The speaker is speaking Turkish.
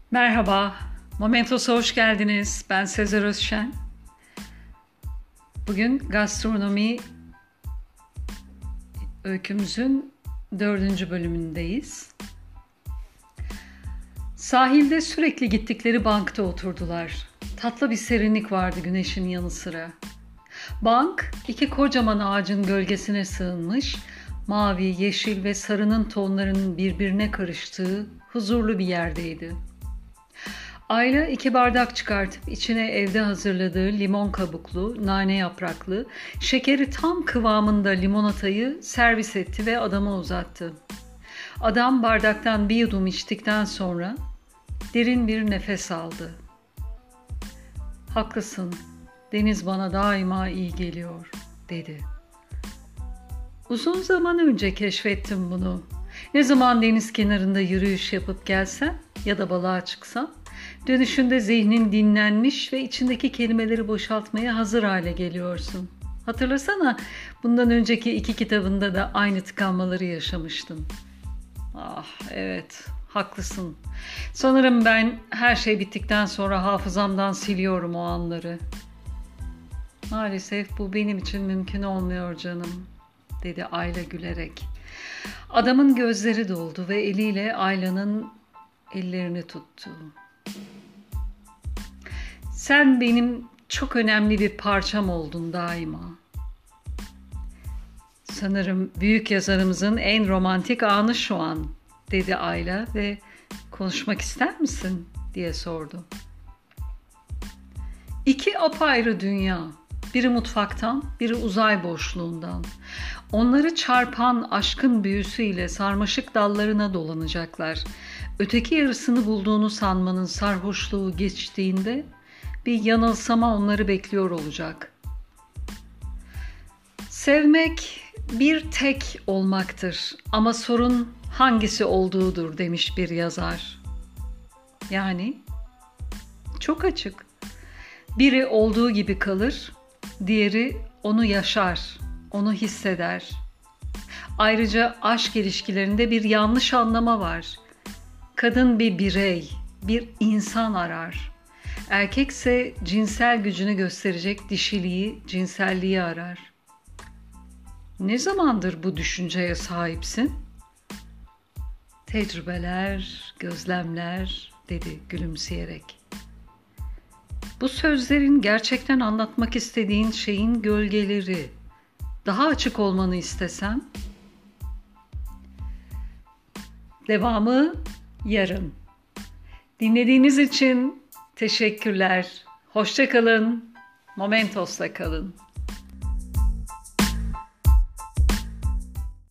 Merhaba, Momentos'a hoş geldiniz. Ben Sezer Özşen. Bugün gastronomi öykümüzün 4. bölümündeyiz. Sahilde sürekli gittikleri bankta oturdular. Tatlı bir serinlik vardı güneşin yanı sıra. Bank, iki kocaman ağacın gölgesine sığınmış, mavi, yeşil ve sarının tonlarının birbirine karıştığı huzurlu bir yerdeydi. Ayla 2 bardak çıkartıp içine evde hazırladığı limon kabuklu, nane yapraklı, şekeri tam kıvamında limonatayı servis etti ve adama uzattı. Adam bardaktan bir yudum içtikten sonra derin bir nefes aldı. "Haklısın, deniz bana daima iyi geliyor," dedi. "Uzun zaman önce keşfettim bunu. Ne zaman deniz kenarında yürüyüş yapıp gelsem ya da balığa çıksam, dönüşünde zihnin dinlenmiş ve içindeki kelimeleri boşaltmaya hazır hale geliyorsun. Hatırlasana, bundan önceki 2 kitabında da aynı tıkanmaları yaşamıştın." "Ah, evet, haklısın. Sanırım ben her şey bittikten sonra hafızamdan siliyorum o anları." "Maalesef bu benim için mümkün olmuyor canım," dedi Ayla gülerek. Adamın gözleri doldu ve eliyle Ayla'nın ellerini tuttu. "Sen benim çok önemli bir parçam oldun daima. Sanırım büyük yazarımızın en romantik anı şu an," dedi Ayla ve "konuşmak ister misin?" diye sordu. İki apayrı dünya, biri mutfaktan, biri uzay boşluğundan. Onları çarpan aşkın büyüsüyle sarmaşık dallarına dolanacaklar. Öteki yarısını bulduğunu sanmanın sarhoşluğu geçtiğinde bir yanılsama onları bekliyor olacak. "Sevmek bir tek olmaktır ama sorun hangisi olduğudur," demiş bir yazar. Yani çok açık. Biri olduğu gibi kalır, diğeri onu yaşar, onu hisseder. Ayrıca aşk ilişkilerinde bir yanlış anlama var. Kadın bir birey, bir insan arar. Erkekse cinsel gücünü gösterecek dişiliği, cinselliği arar. "Ne zamandır bu düşünceye sahipsin?" "Tecrübeler, gözlemler," dedi gülümseyerek. "Bu sözlerin gerçekten anlatmak istediğin şeyin gölgeleri. Daha açık olmanı istesem?" Devamı yarın. Dinlediğiniz için teşekkürler. Hoşça kalın. Momentos'la kalın.